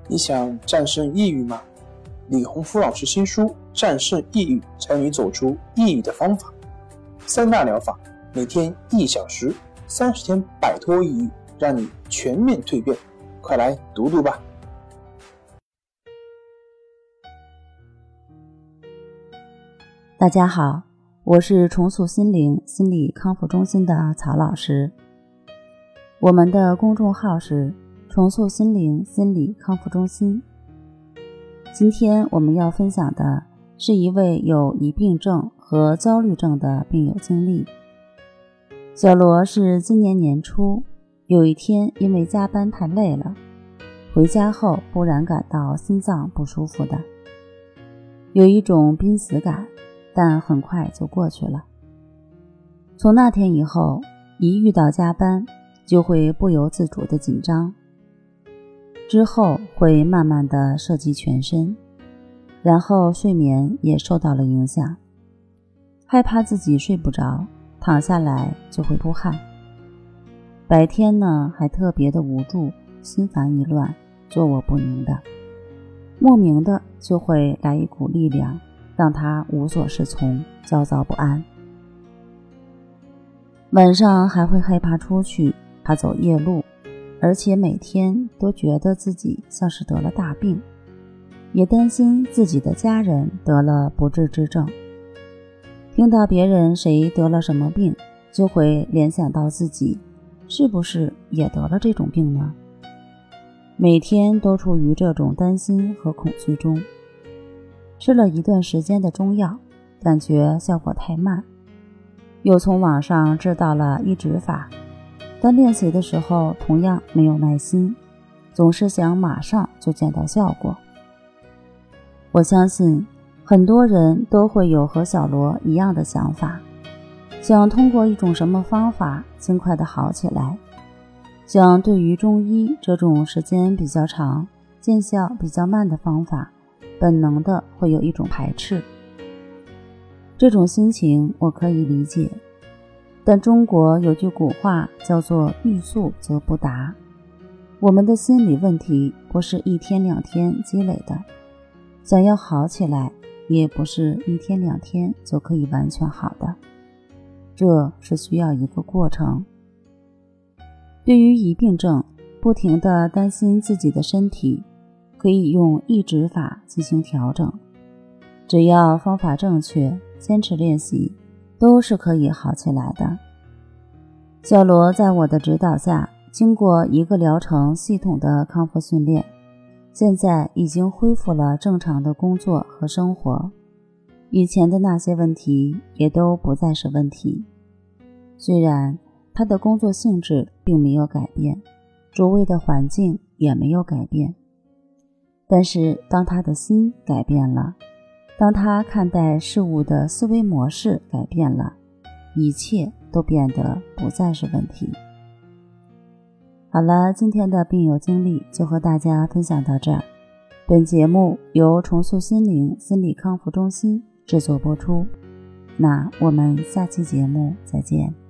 你想战胜抑郁吗？李洪福老师新书《战胜抑郁，教你走出抑郁的方法》，3大疗法，每天1小时，30天摆脱抑郁，让你全面蜕变。快来读读吧。 大家好，我是重塑心灵心理康复中心的曹老师。我们的公众号是重塑心灵心理康复中心。今天我们要分享的是一位有疑病症和焦虑症的病友经历。小罗是今年年初有一天因为加班太累了，回家后忽然感到心脏不舒服的，有一种濒死感，但很快就过去了。从那天以后，一遇到加班就会不由自主的紧张，之后会慢慢的涉及全身，然后睡眠也受到了影响，害怕自己睡不着，躺下来就会出汗。白天呢还特别的无助，心烦意乱，坐卧不宁的，莫名的就会来一股力量，让他无所适从，焦躁不安。晚上还会害怕出去，怕走夜路，而且每天都觉得自己像是得了大病，也担心自己的家人得了不治之症。听到别人谁得了什么病，就会联想到自己是不是也得了这种病呢？每天都处于这种担心和恐惧中。吃了一段时间的中药，感觉效果太慢，又从网上知道了抑制法，但练习的时候同样没有耐心，总是想马上就见到效果。我相信很多人都会有和小罗一样的想法，想通过一种什么方法尽快的好起来，想对于中医这种时间比较长、见效比较慢的方法，本能的会有一种排斥。这种心情我可以理解，但中国有句古话叫做欲速则不达。我们的心理问题不是1天2天积累的，想要好起来也不是1天2天就可以完全好的，这是需要一个过程。对于疑病症，不停地担心自己的身体，可以用抑制法进行调整，只要方法正确，坚持练习，都是可以好起来的。小罗在我的指导下，经过1个疗程系统的康复训练，现在已经恢复了正常的工作和生活，以前的那些问题也都不再是问题。虽然他的工作性质并没有改变，周围的环境也没有改变，但是当他的心改变了，当他看待事物的思维模式改变了，一切都变得不再是问题。好了，今天的病友经历就和大家分享到这儿。本节目由重塑心灵心理康复中心制作播出。那我们下期节目再见。